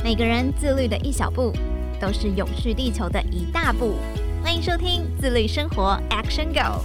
每个人自律的一小步，都是永续地球的一大步。欢迎收听自律生活 Action Go。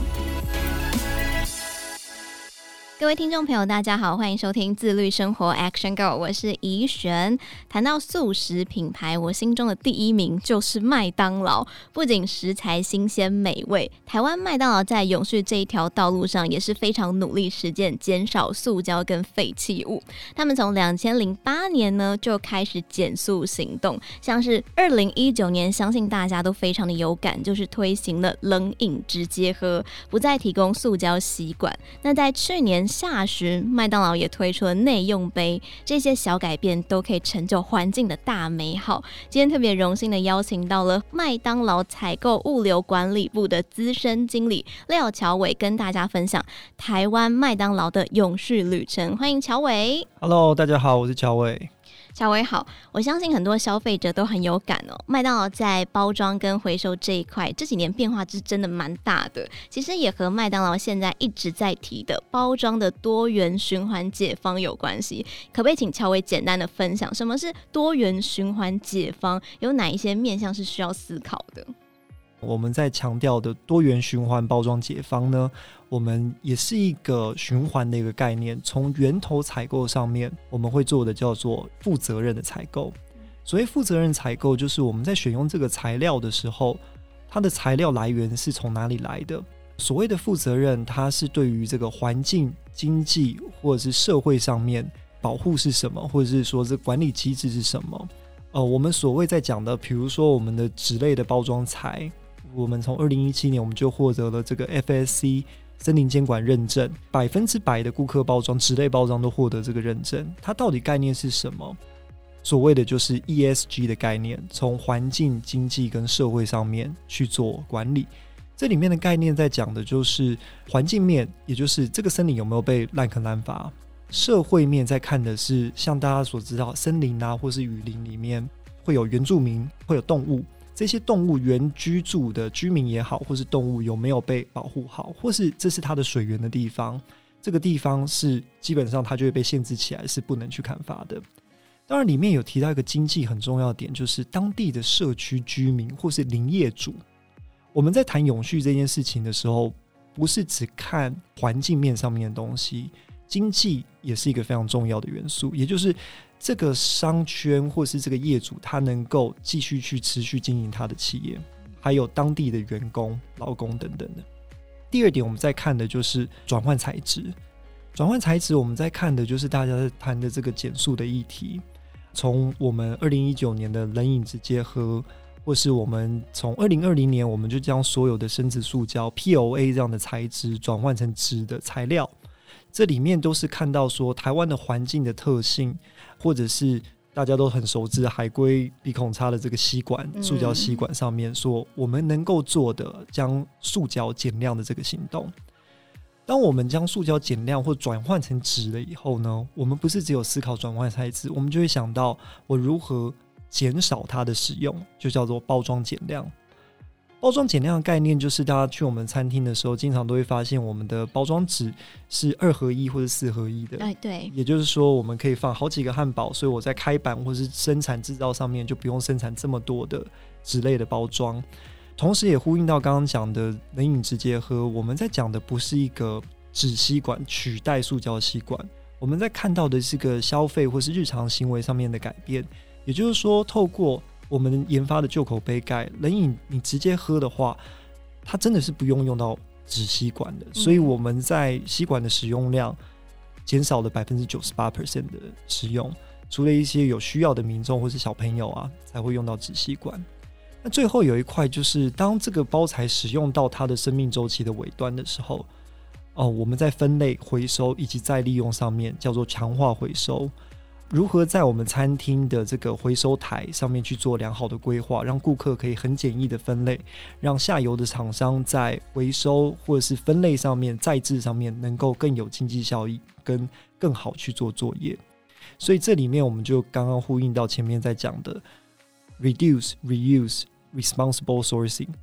各位听众朋友大家好，欢迎收听自律生活 Action Go， 我是怡璇。谈到素食品牌，我心中的第一名就是麦当劳。不仅食材新鲜美味，台湾麦当劳在永续这一条道路上也是非常努力实践减少塑胶跟废弃物。他们从2008年呢就开始减塑行动，像是2019年相信大家都非常的有感，就是推行了冷饮直接喝，不再提供塑胶吸管。那在去年下旬，麦当劳也推出了内用杯，这些小改变都可以成就环境的大美好。今天特别荣幸的邀请到了麦当劳采购物流管理部的资深经理廖乔伟，跟大家分享台湾麦当劳的永续旅程。欢迎乔伟。 Hello， 大家好，我是乔伟。 乔伟好，我相信很多消费者都很有感哦。麦当劳在包装跟回收这一块，这几年变化是真的蛮大的。其实也和麦当劳现在一直在提的包装的多元循环解方有关系。可不可以请乔伟简单的分享，什么是多元循环解方？有哪一些面向是需要思考的？ 我们在强调的多元循环包装解方呢，我们也是一个循环的一个概念。从源头采购上面，我们会做的叫做负责任的采购。所谓负责任采购，就是我们在选用这个材料的时候，它的材料来源是从哪里来的。所谓的负责任，它是对于这个环境、经济或者是社会上面保护是什么，或者是说这管理机制是什么。我们所谓在讲的，比如说我们的纸类的包装材，我们从2017年我们就获得了这个 FSC 森林监管认证，100%的顾客包装纸类包装都获得这个认证。它到底概念是什么？所谓的就是 ESG 的概念，从环境、经济跟社会上面去做管理。这里面的概念在讲的就是环境面，也就是这个森林有没有被滥垦滥伐；社会面在看的是像大家所知道森林啊或是雨林里面会有原住民，会有动物，这些动物原居住的居民也好，或是动物有没有被保护好，或是这是它的水源的地方，这个地方是基本上它就会被限制起来，是不能去砍伐的。当然里面有提到一个经济很重要的点，就是当地的社区居民或是林业主。我们在谈永续这件事情的时候，不是只看环境面上面的东西，经济也是一个非常重要的元素，也就是这个商圈或是这个业主他能够继续去持续经营他的企业，还有当地的员工、劳工等等的。第二点我们在看的就是转换材质。转换材质我们在看的就是大家在谈的这个减塑的议题，从我们2019年的冷饮直接喝，或是我们从2020年我们就将所有的生质塑胶 POA 这样的材质转换成纸的材料。这里面都是看到说台湾的环境的特性，或者是大家都很熟知的海龟鼻孔插的这个吸管，塑胶吸管上面说我们能够做的将塑胶减量的这个行动。当我们将塑胶减量或转换成纸了以后呢，我们不是只有思考转换材质，我们就会想到我如何减少它的使用，就叫做包装减量。包装减量的概念就是大家去我们餐厅的时候经常都会发现我们的包装纸是2合1或者4合1的， 对， 也就是说我们可以放好几个汉堡，所以我在开板或是生产制造上面就不用生产这么多的纸类的包装。同时也呼应到刚刚讲的冷饮直接喝，我们在讲的不是一个纸吸管取代塑胶吸管，我们在看到的是个消费或是日常行为上面的改变。也就是说透过我们研发的旧口杯盖，冷饮你直接喝的话，它真的是不用到纸吸管的，所以我们在吸管的使用量减少了 98% 的使用，除了一些有需要的民众或是小朋友啊才会用到纸吸管。那最后有一块就是当这个包材使用到它的生命周期的尾端的时候，我们在分类回收以及再利用上面叫做强化回收。如何在我们餐厅的这个回收台上面去做良好的规划，让顾客可以很简易的分类，让下游的厂商在回收或者是分类上面再制上面能够更有经济效益跟更好去做作业。所以这里面我们就刚刚呼应到前面在讲的 Reduce, Reuse, Responsible Sourcing。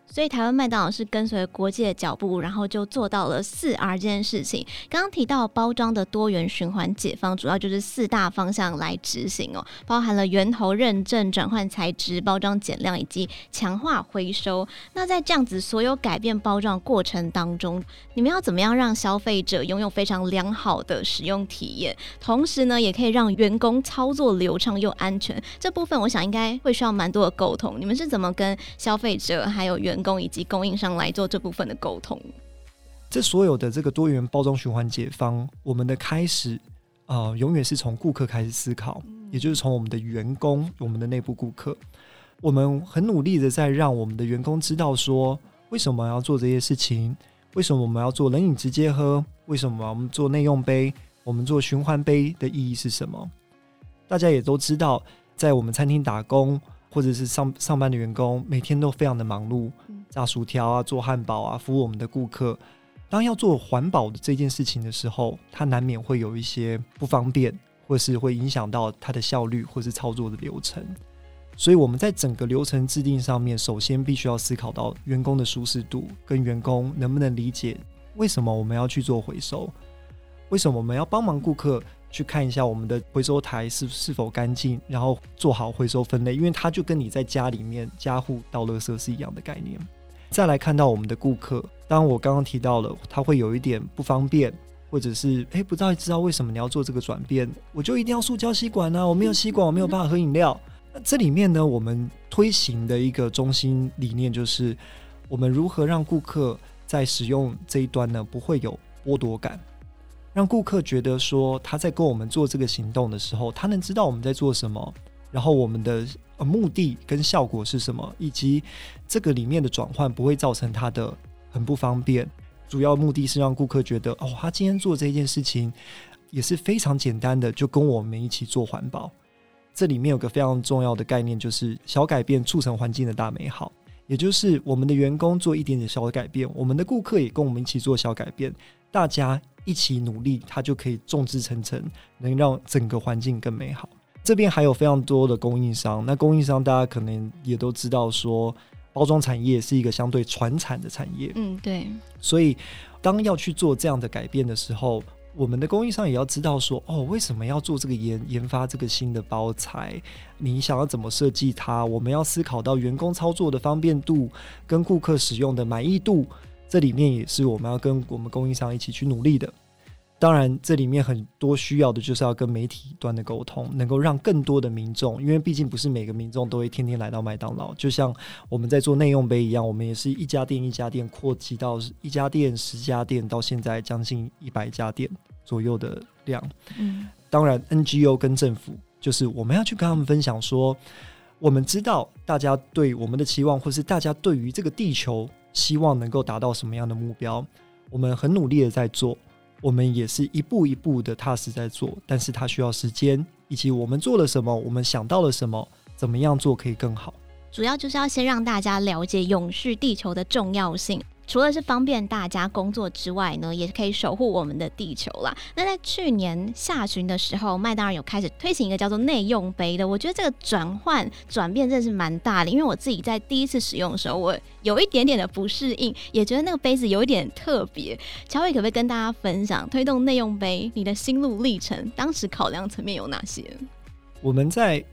所以台湾麦当劳是跟随国际的脚步，然后就做到了4R 这件事情。刚刚提到包装的多元循环解放，主要就是4大方向来执行哦，包含了源头认证、转换材质、包装减量以及强化回收。那在这样子所有改变包装过程当中，你们要怎么样让消费者拥有非常良好的使用体验，同时呢，也可以让员工操作流畅又安全？这部分我想应该会需要蛮多的沟通。你们是怎么跟消费者还有员工以及供应商来做这部分的沟通？ 这所有的这个多元包装循环解放，我们的开始永远是从顾客开始思考，也就是从我们的员工，我们的内部顾客。我们很努力的在让我们的员工知道说，为什么要做这些事情，为什么我们要做冷饮直接喝，为什么我们做内用杯，我们做循环杯的意义是什么。大家也都知道，在我们餐厅打工或者是上班的员工，每天都非常的忙碌，炸薯条啊，做汉堡啊，服务我们的顾客。当要做环保的这件事情的时候，它难免会有一些不方便，或是会影响到它的效率或是操作的流程。所以我们在整个流程制定上面，首先必须要思考到员工的舒适度，跟员工能不能理解为什么我们要去做回收，为什么我们要帮忙顾客去看一下我们的回收台是否干净，然后做好回收分类，因为它就跟你在家里面家户倒垃圾是一样的概念。再来看到我们的顾客，当然我刚刚提到了他会有一点不方便，或者是不知道为什么你要做这个转变，我就一定要塑胶吸管啊，我没有吸管我没有办法喝饮料。这里面呢，我们推行的一个中心理念就是我们如何让顾客在使用这一端呢不会有剥夺感，让顾客觉得说他在跟我们做这个行动的时候，他能知道我们在做什么，然后我们的目的跟效果是什么，以及这个里面的转换不会造成他的很不方便。主要目的是让顾客觉得他今天做这件事情也是非常简单的，就跟我们一起做环保。这里面有个非常重要的概念，就是小改变促成环境的大美好，也就是我们的员工做一点点小改变，我们的顾客也跟我们一起做小改变，大家一起努力，它就可以众志成城，能让整个环境更美好。这边还有非常多的供应商，那供应商大家可能也都知道说，包装产业是一个相对传产的产业， 对。 所以当要去做这样的改变的时候，我们的供应商也要知道说，为什么要做这个研发这个新的包材，你想要怎么设计它，我们要思考到员工操作的方便度跟顾客使用的满意度，这里面也是我们要跟我们供应商一起去努力的。当然这里面很多需要的就是要跟媒体端的沟通，能够让更多的民众，因为毕竟不是每个民众都会天天来到麦当劳，就像我们在做内用杯一样，我们也是一家店一家店扩及到1家店10家店，到现在将近100家店左右的量。当然 NGO 跟政府就是我们要去跟他们分享说，我们知道大家对我们的期望，或是大家对于这个地球希望能够达到什么样的目标，我们很努力的在做，我们也是一步一步的踏实在做，但是它需要时间，以及我们做了什么，我们想到了什么，怎么样做可以更好。 主要就是要先让大家了解永续地球的重要性，除了是方便大家工作之外呢，也可以守护我们的地球啦。那在去年下旬的时候，麦当劳有开始推行一个叫做内用杯的，我觉得这个转变真的是蛮大的，因为我自己在第一次使用的时候，我有一点点的不适应，也觉得那个杯子有一点特别。乔伟可不可以跟大家分享推动内用杯你的心路历程，当时考量层面有哪些？ 我们在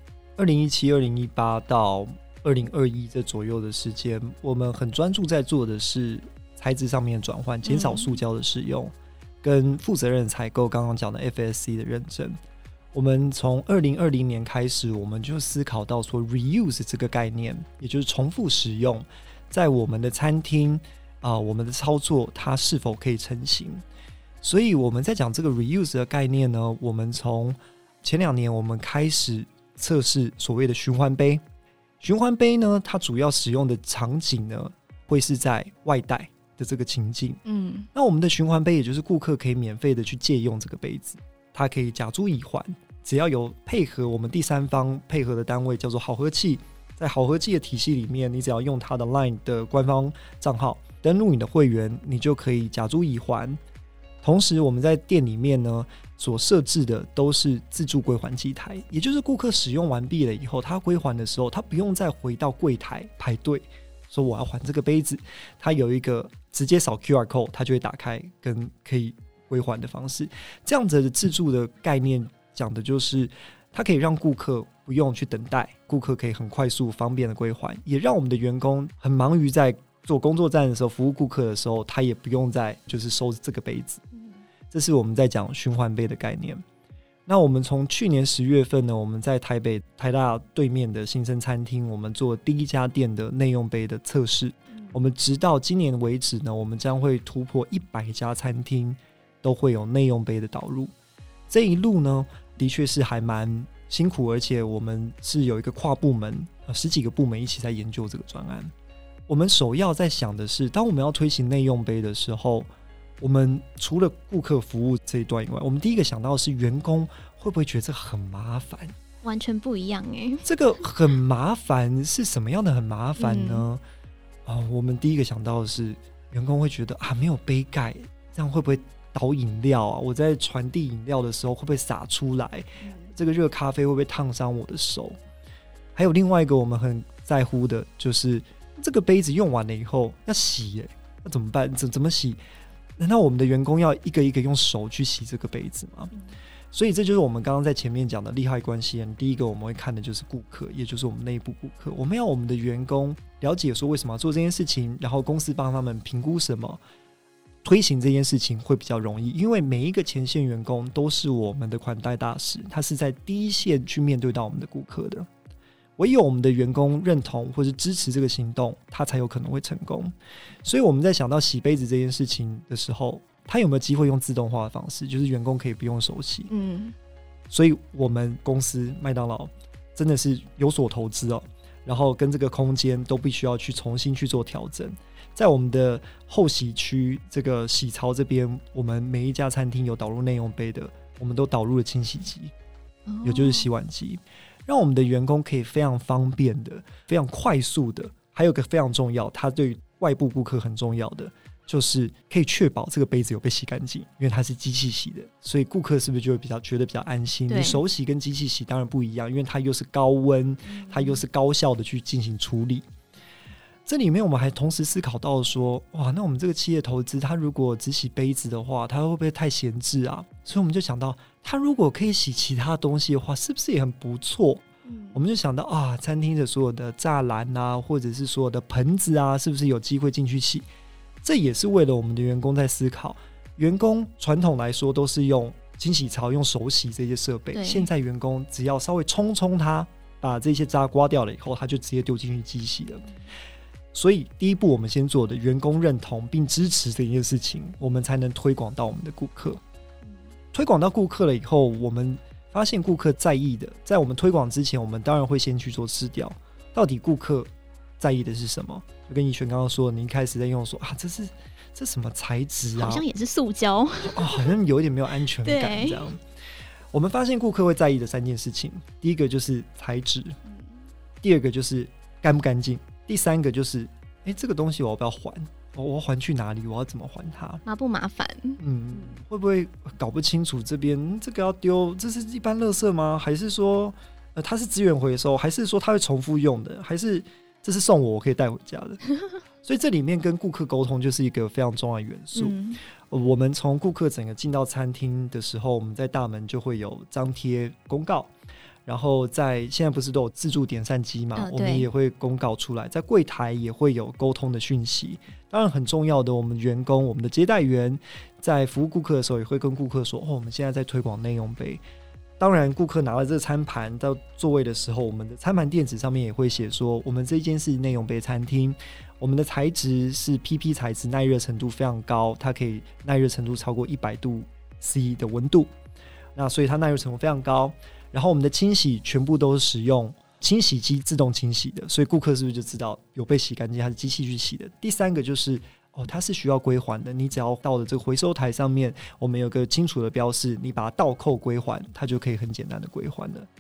2017、2018到2021这左右的时间，我们很专注在做的是材质上面的转换，减少塑胶的使用，跟负责任采购，刚刚讲的 FSC 的认证。我们从2020年开始，我们就思考到说 reuse 这个概念，也就是重复使用，在我们的餐厅我们的操作它是否可以成型。所以我们在讲这个 reuse 的概念呢，我们从前2年我们开始测试所谓的循环杯。循环杯呢，它主要使用的场景呢，会是在外带的这个情境。那我们的循环杯，也就是顾客可以免费的去借用这个杯子，它可以甲租乙还，只要有配合我们第三方配合的单位叫做好和气，在好和气的体系里面，你只要用它的 LINE 的官方账号登录你的会员，你就可以甲租乙还。同时我们在店里面呢所设置的都是自助归还机台，也就是顾客使用完毕了以后，他归还的时候他不用再回到柜台排队说我要还这个杯子，它有一个直接扫 QR code 它就会打开跟可以归还的方式。这样子的自助的概念讲的就是它可以让顾客不用去等待，顾客可以很快速方便的归还，也让我们的员工很忙于在做工作站的时候服务顾客的时候，他也不用再就是收这个杯子。这是我们在讲循环杯的概念。那我们从去年10月份呢，我们在台北台大对面的新生餐厅，我们做第一家店的内用杯的测试。我们直到今年为止呢，我们将会突破100家餐厅都会有内用杯的导入。这一路呢，的确是还蛮辛苦，而且我们是有一个跨部门10几个部门一起在研究这个专案。我们首要在想的是，当我们要推行内用杯的时候，我们除了顾客服务这一段以外，我们第一个想到的是员工会不会觉得这很麻烦？ 完全不一样耶。 这个很麻烦是什么样的很麻烦呢？我们第一个想到的是员工会觉得没有杯盖，这样会不会倒饮料啊？我在传递饮料的时候会不会洒出来？这个热咖啡会不会烫伤我的手？还有另外一个我们很在乎的就是这个杯子用完了以后要洗耶，那怎么办？怎么洗？难道我们的员工要一个一个用手去洗这个杯子吗？所以这就是我们刚刚在前面讲的利害关系人。第一个我们会看的就是顾客，也就是我们内部顾客。我们要我们的员工了解说为什么要做这件事情，然后公司帮他们评估什么，推行这件事情会比较容易。因为每一个前线员工都是我们的款待大使，他是在第一线去面对到我们的顾客的。唯有我们的员工认同或是支持这个行动，他才有可能会成功。所以我们在想到洗杯子这件事情的时候，他有没有机会用自动化的方式，就是员工可以不用手洗？所以我们公司麦当劳真的是有所投资哦，然后跟这个空间都必须要去重新去做调整。在我们的后洗区这个洗槽这边，我们每一家餐厅有导入内用杯的，我们都导入了清洗机，也就是洗碗机，让我们的员工可以非常方便的、非常快速的。还有一个非常重要，它对于外部顾客很重要的，就是可以确保这个杯子有被洗干净，因为它是机器洗的，所以顾客是不是就会觉得比较安心？你手洗跟机器洗当然不一样，因为它又是高温，它又是高效的去进行处理。这里面我们还同时思考到说，哇，那我们这个企业投资，它如果只洗杯子的话，它会不会太闲置啊？所以我们就想到，它如果可以洗其他东西的话，是不是也很不错？我们就想到餐厅的所有的栅栏啊，或者是所有的盆子啊，是不是有机会进去洗？这也是为了我们的员工在思考。员工传统来说都是用清洗槽、用手洗这些设备，现在员工只要稍微冲它，把这些渣刮掉了以后，他就直接丢进去机洗了。所以第一步我们先做的员工认同并支持这件事情，我们才能推广到我们的顾客。推广到顾客了以后，我们发现顾客在意的，在我们推广之前，我们当然会先去做试调，到底顾客在意的是什么？就跟怡璇刚刚说的，你一开始在用说这什么材质啊？ 好像也是塑胶， 好像有一点没有安全感这样。我们发现顾客会在意的3件事情，第一个就是材质，第二个就是干不干净，第三个就是这个东西我要不要还？我要还去哪里？我要怎么还它？ 麻不麻烦？ 会不会搞不清楚这边这个要丢，这是一般垃圾吗？还是说它是资源回收？还是说它会重复用的？还是这是送我可以带回家的？所以这里面跟顾客沟通就是一个非常重要的元素。我们从顾客整个进到餐厅的时候，我们在大门就会有张贴公告，然后现在不是都有自助点餐机嘛，我们也会公告出来，在柜台也会有沟通的讯息。当然很重要的，我们员工、我们的接待员在服务顾客的时候也会跟顾客说，我们现在在推广内用杯。当然顾客拿了这个餐盘到座位的时候，我们的餐盘垫纸上面也会写说，我们这间是内用杯餐厅，我们的材质是 PP 材质，耐热程度非常高，它可以耐热程度超过100度 C 的温度，那所以它耐热程度非常高。然后我们的清洗全部都是使用清洗机自动清洗的，所以顾客是不是就知道有被洗干净，它是机器去洗的。第三个就是它是需要归还的，你只要到了这个回收台上面，我们有个清楚的标示，你把它倒扣归还，它就可以很简单的归还了。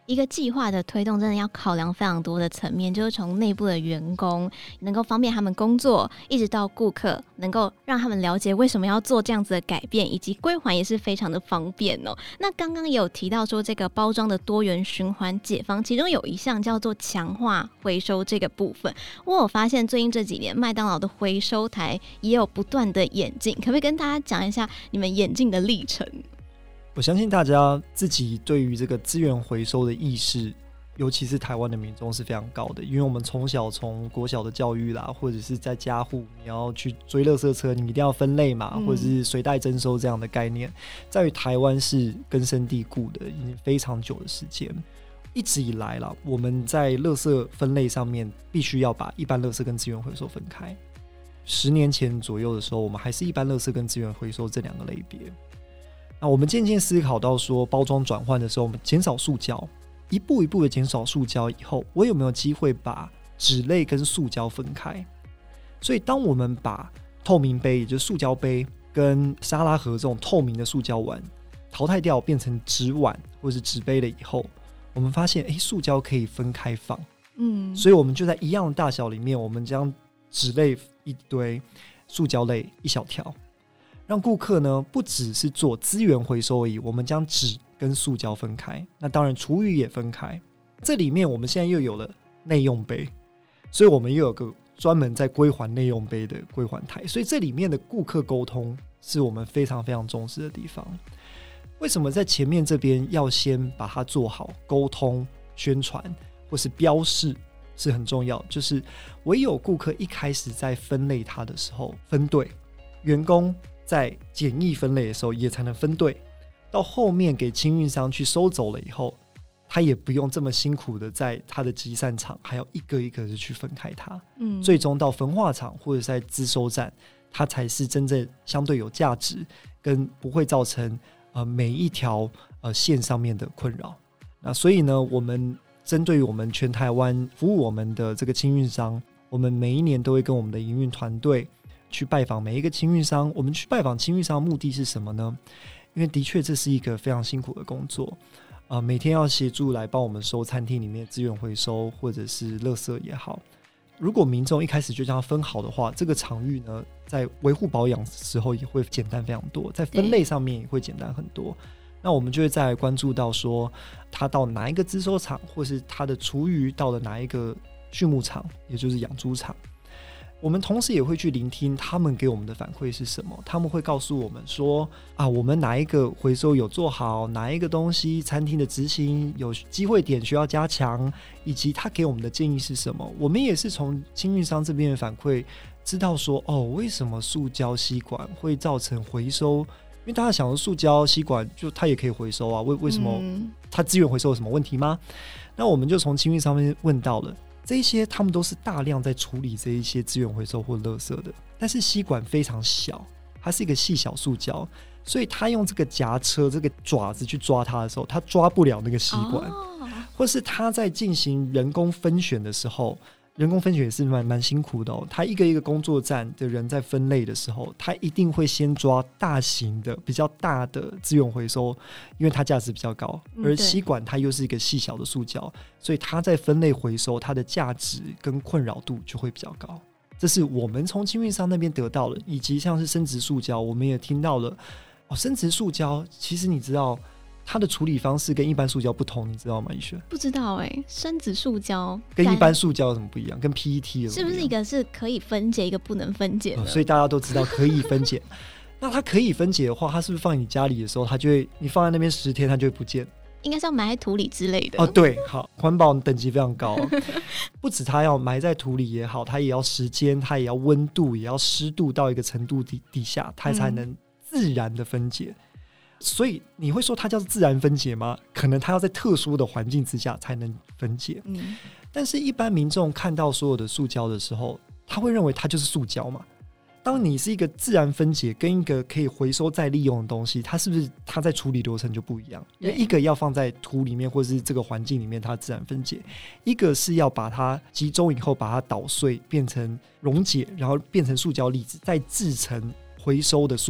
一个计划的推动真的要考量非常多的层面，就是从内部的员工能够方便他们工作，一直到顾客能够让他们了解为什么要做这样子的改变，以及归还也是非常的方便哦。那刚刚也有提到说这个包装的多元循环解方，其中有一项叫做强化回收这个部分。我有发现最近这几年麦当劳的回收台也有不断的演进，可不可以跟大家讲一下你们演进的历程？ 我相信大家自己对于这个资源回收的意识，尤其是台湾的民众是非常高的，因为我们从小从国小的教育啦，或者是在家户你要去追垃圾车，你一定要分类嘛，或者是随袋征收这样的概念，在于台湾是根深蒂固的，已经非常久的时间。一直以来啦，我们在垃圾分类上面必须要把一般垃圾跟资源回收分开。10年前左右的时候，我们还是一般垃圾跟资源回收这两个类别。那我们渐渐思考到说，包装转换的时候，我们减少塑胶，一步一步的减少塑胶以后，我有没有机会把纸类跟塑胶分开？所以当我们把透明杯，也就是塑胶杯跟沙拉盒这种透明的塑胶碗淘汰掉，变成纸碗或是纸杯了以后，我们发现塑胶可以分开放，所以我们就在一样的大小里面，我们将纸类一堆，塑胶类一小条，让顾客呢不只是做资源回收而已，我们将纸跟塑胶分开，那当然厨余也分开。这里面我们现在又有了内用杯，所以我们又有个专门在归还内用杯的归还台，所以这里面的顾客沟通是我们非常非常重视的地方。为什么在前面这边要先把它做好沟通、宣传或是标示是很重要，就是唯有顾客一开始在分类它的时候分对，员工在简易分类的时候也才能分对，到后面给清运商去收走了以后，他也不用这么辛苦的在他的集散场还要一个一个的去分开它，最终到焚化厂或者在资收站，它才是真正相对有价值跟不会造成每一条线上面的困扰。那所以呢，我们针对于我们全台湾服务我们的这个清运商，我们每一年都会跟我们的营运团队去拜访每一个清运商。我们去拜访清运商的目的是什么呢？因为的确这是一个非常辛苦的工作，每天要协助来帮我们收餐厅里面资源回收或者是垃圾也好。如果民众一开始就这样分好的话，这个场域呢在维护保养的时候也会简单非常多，在分类上面也会简单很多。那我们就会再来关注到说，他到哪一个资收厂，或是他的厨余到了哪一个畜牧场，也就是养猪场。我们同时也会去聆听他们给我们的反馈是什么，他们会告诉我们说我们哪一个回收有做好，哪一个东西餐厅的执行有机会点需要加强，以及他给我们的建议是什么。我们也是从清运商这边的反馈知道说，为什么塑胶吸管会造成回收，因为大家想说塑胶吸管就它也可以回收啊，为什么它资源回收有什么问题吗？那我们就从清运上面问到了这一些，他们都是大量在处理这一些资源回收或垃圾的，但是吸管非常小，它是一个细小塑胶，所以他用这个夹车这个爪子去抓它的时候，他抓不了那个吸管，或是他在进行人工分选的时候，人工分选也是蛮辛苦的他一个一个工作站的人在分类的时候，他一定会先抓大型的比较大的资源回收，因为它价值比较高，而吸管它又是一个细小的塑胶，所以它在分类回收它的价值跟困扰度就会比较高。这是我们从清运商那边得到的，以及像是生质塑胶，我们也听到了生质塑胶其实你知道它的处理方式跟一般塑胶不同，你知道吗？逸轩不知道生质塑胶跟一般塑胶有什么不一样？跟 PET 有什么不一样？是不是一个是可以分解，一个不能分解的？ 所以大家都知道可以分解。那它可以分解的话，它是不是放你家里的时候，它就会你放在那边10天，它就会不见？ 应该是要埋在土里之类的。 对，好，环保等级非常高不止它要埋在土里也好，它也要时间，它也要温度，也要湿度到一个程度底下，它才能自然的分解。所以你会说它叫自然分解吗？可能它要在特殊的环境之下才能分解。但是一般民众看到所有的塑胶的时候，他会认为它就是塑胶嘛。当你是一个自然分解跟一个可以回收再利用的东西，它是不是它在处理流程就不一样？因为一个要放在土里面或是这个环境里面它自然分解，一个是要把它集中以后把它捣碎变成溶解，然后变成塑胶粒子，再制成回收的塑料，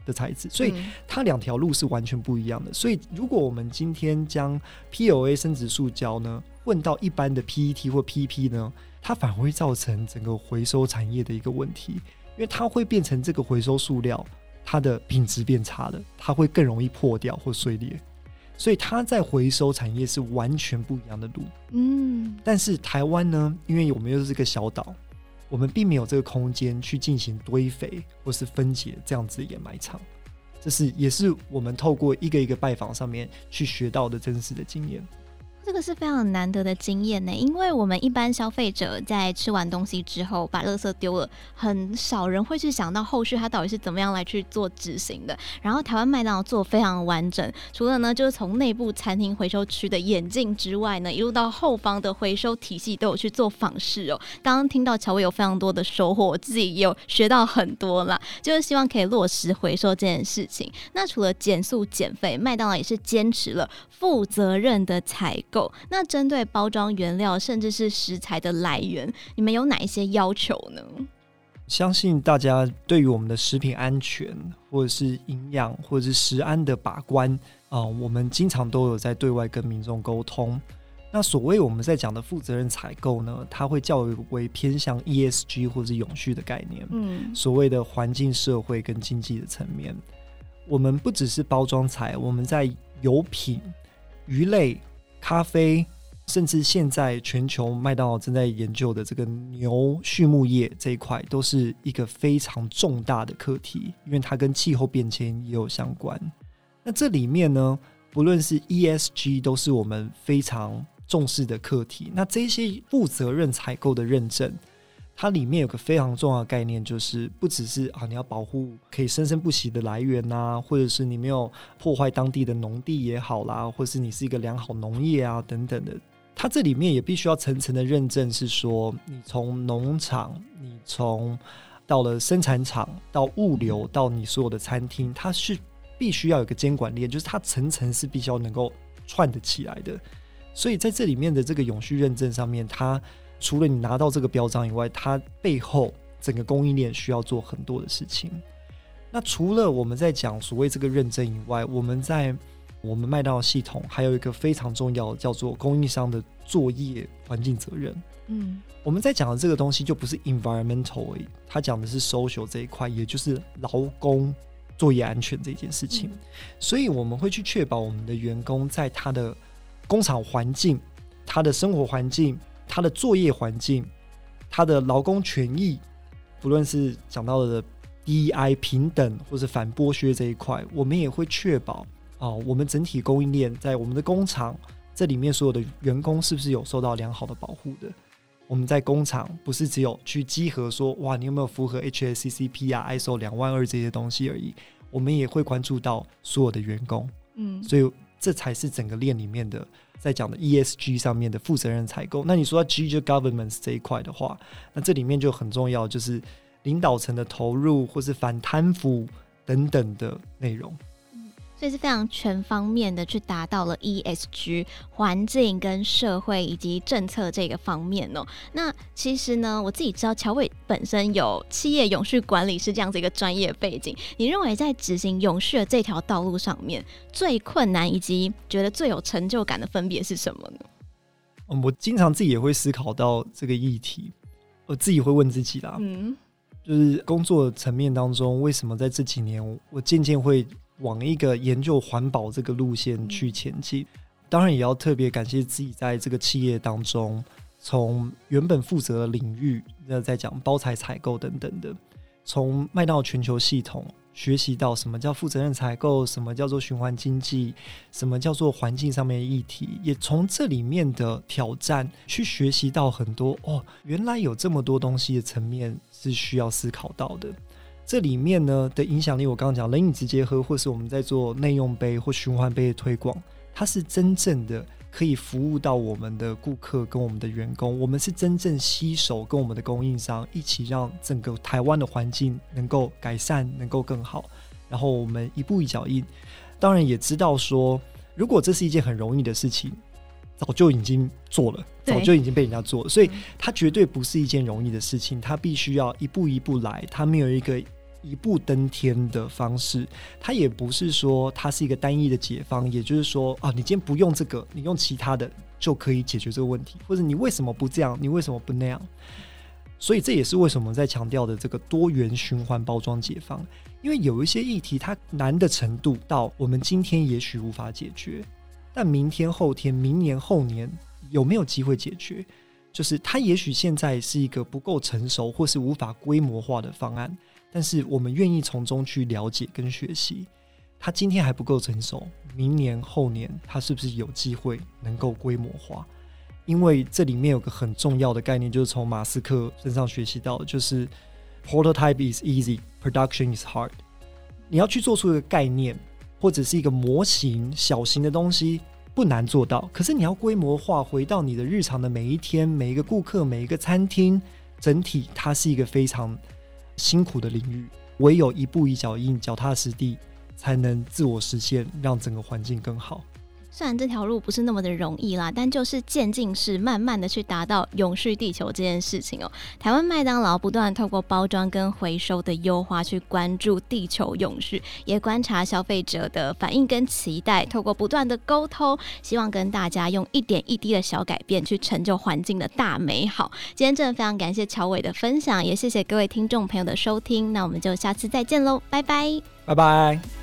的材质，所以它两条路是完全不一样的。所以如果我们今天将 PLA 生质塑胶呢混到一般的 PET 或 PP 呢，它反而会造成整个回收产业的一个问题，因为它会变成这个回收塑料它的品质变差了，它会更容易破掉或碎裂，所以它在回收产业是完全不一样的路。但是台湾呢，因为我们又是个小岛，我们并没有这个空间去进行堆肥或是分解这样子的掩埋场，这也是我们透过一个一个拜访上面去学到的真实的经验。 这个是非常难得的经验呢，因为我们一般消费者在吃完东西之后把垃圾丢了，很少人会去想到后续它到底是怎么样来去做执行的。然后台湾麦当劳做得非常完整，除了呢就是从内部餐厅回收区的演进之外呢，一路到后方的回收体系都有去做访视哦。刚刚听到乔伟有非常多的收获，我自己也有学到很多啦，就是希望可以落实回收这件事情。那除了减速减费，麦当劳也是坚持了负责任的采购。那针对包装原料甚至是食材的来源，你们有哪一些要求呢？ 相信大家对于我们的食品安全或者是营养或者是食安的把关我们经常都有在对外跟民众沟通。那所谓我们在讲的负责任采购呢，它会较为偏向 ESG 或是永续的概念，所谓的环境、社会跟经济的层面。我们不只是包装材，我们在油品、鱼类、咖啡，甚至现在全球麦当劳正在研究的这个牛畜牧业这一块，都是一个非常重大的课题，因为它跟气候变迁也有相关。那这里面呢，不论是 ESG 都是我们非常重视的课题。那这些负责任采购的认证，它里面有个非常重要的概念，就是不只是你要保护可以生生不息的来源啊，或者是你没有破坏当地的农地也好啦，或是你是一个良好农业啊等等的，它这里面也必须要层层的认证，是说你从农场，你从到了生产厂，到物流，到你所有的餐厅，它是必须要有个监管链，就是它层层是必须要能够串得起来的。所以在这里面的这个永续认证上面，它除了你拿到这个标章以外，它背后整个供应链需要做很多的事情。那除了我们在讲所谓这个认证以外，我们在我们麦当劳系统还有一个非常重要的叫做供应商的作业环境责任。我们在讲的这个东西就不是 environmental 而已，它讲的是 social 这一块，也就是劳工作业安全这件事情。所以我们会去确保我们的员工在他的工厂环境、他的生活环境、他的作业环境、他的劳工权益，不论是讲到的 DEI 平等或是反剥削这一块，我们也会确保我们整体供应链在我们的工厂这里面所有的员工是不是有受到良好的保护的。我们在工厂不是只有去稽核说哇你有没有符合 HACCP 啊 ISO 22000这些东西而已，我们也会关注到所有的员工。所以这才是整个链里面的在讲的 ESG 上面的负责任采购。那你说到 G 就 governance 这一块的话，那这里面就很重要，就是领导层的投入或是反贪腐等等的内容。 所以是非常全方面的去达到了 ESG 环境跟社会以及政策这个方面哦。那其实呢，我自己知道乔伟本身有企业永续管理师这样子一个专业背景，你认为在执行永续的这条道路上面最困难以及觉得最有成就感的分别是什么呢？ 我经常自己也会思考到这个议题，我自己会问自己啦，就是工作层面当中，为什么在这几年我渐渐会往一个研究环保这个路线去前进。当然也要特别感谢自己在这个企业当中，从原本负责的领域在讲包材采购等等的，从麦当劳全球系统学习到什么叫负责任采购，什么叫做循环经济，什么叫做环境上面的议题，也从这里面的挑战去学习到很多原来有这么多东西的层面是需要思考到的。这里面呢的影响力，我刚刚讲冷饮直接喝，或是我们在做内用杯或循环杯的推广，它是真正的可以服务到我们的顾客跟我们的员工，我们是真正携手跟我们的供应商一起让整个台湾的环境能够改善，能够更好，然后我们一步一脚印。当然也知道说，如果这是一件很容易的事情，早就已经做了，早就已经被人家做了，所以它绝对不是一件容易的事情，它必须要一步一步来，它没有一个一步登天的方式，它也不是说它是一个单一的解方，也就是说你今天不用这个，你用其他的就可以解决这个问题，或者你为什么不这样，你为什么不那样。所以这也是为什么在强调的这个多元循环包装解方，因为有一些议题它难的程度到我们今天也许无法解决，但明天后天明年后年有没有机会解决，就是它也许现在是一个不够成熟或是无法规模化的方案，但是我们愿意从中去了解跟学习，它今天还不够成熟，明年后年它是不是有机会能够规模化。因为这里面有个很重要的概念，就是从马斯克身上学习到的，就是 prototype is easy, production is hard。 你要去做出一个概念或者是一个模型小型的东西不难做到，可是你要规模化回到你的日常的每一天，每一个顾客，每一个餐厅，整体它是一个非常辛苦的领域，唯有一步一脚印，脚踏实地，才能自我实现，让整个环境更好。 虽然这条路不是那么的容易啦，但就是渐进式慢慢的去达到永续地球这件事情哦。台湾麦当劳不断透过包装跟回收的优化去关注地球永续，也观察消费者的反应跟期待，透过不断的沟通，希望跟大家用一点一滴的小改变去成就环境的大美好。今天真的非常感谢乔伟的分享，也谢谢各位听众朋友的收听，那我们就下次再见喽，拜拜， 拜拜。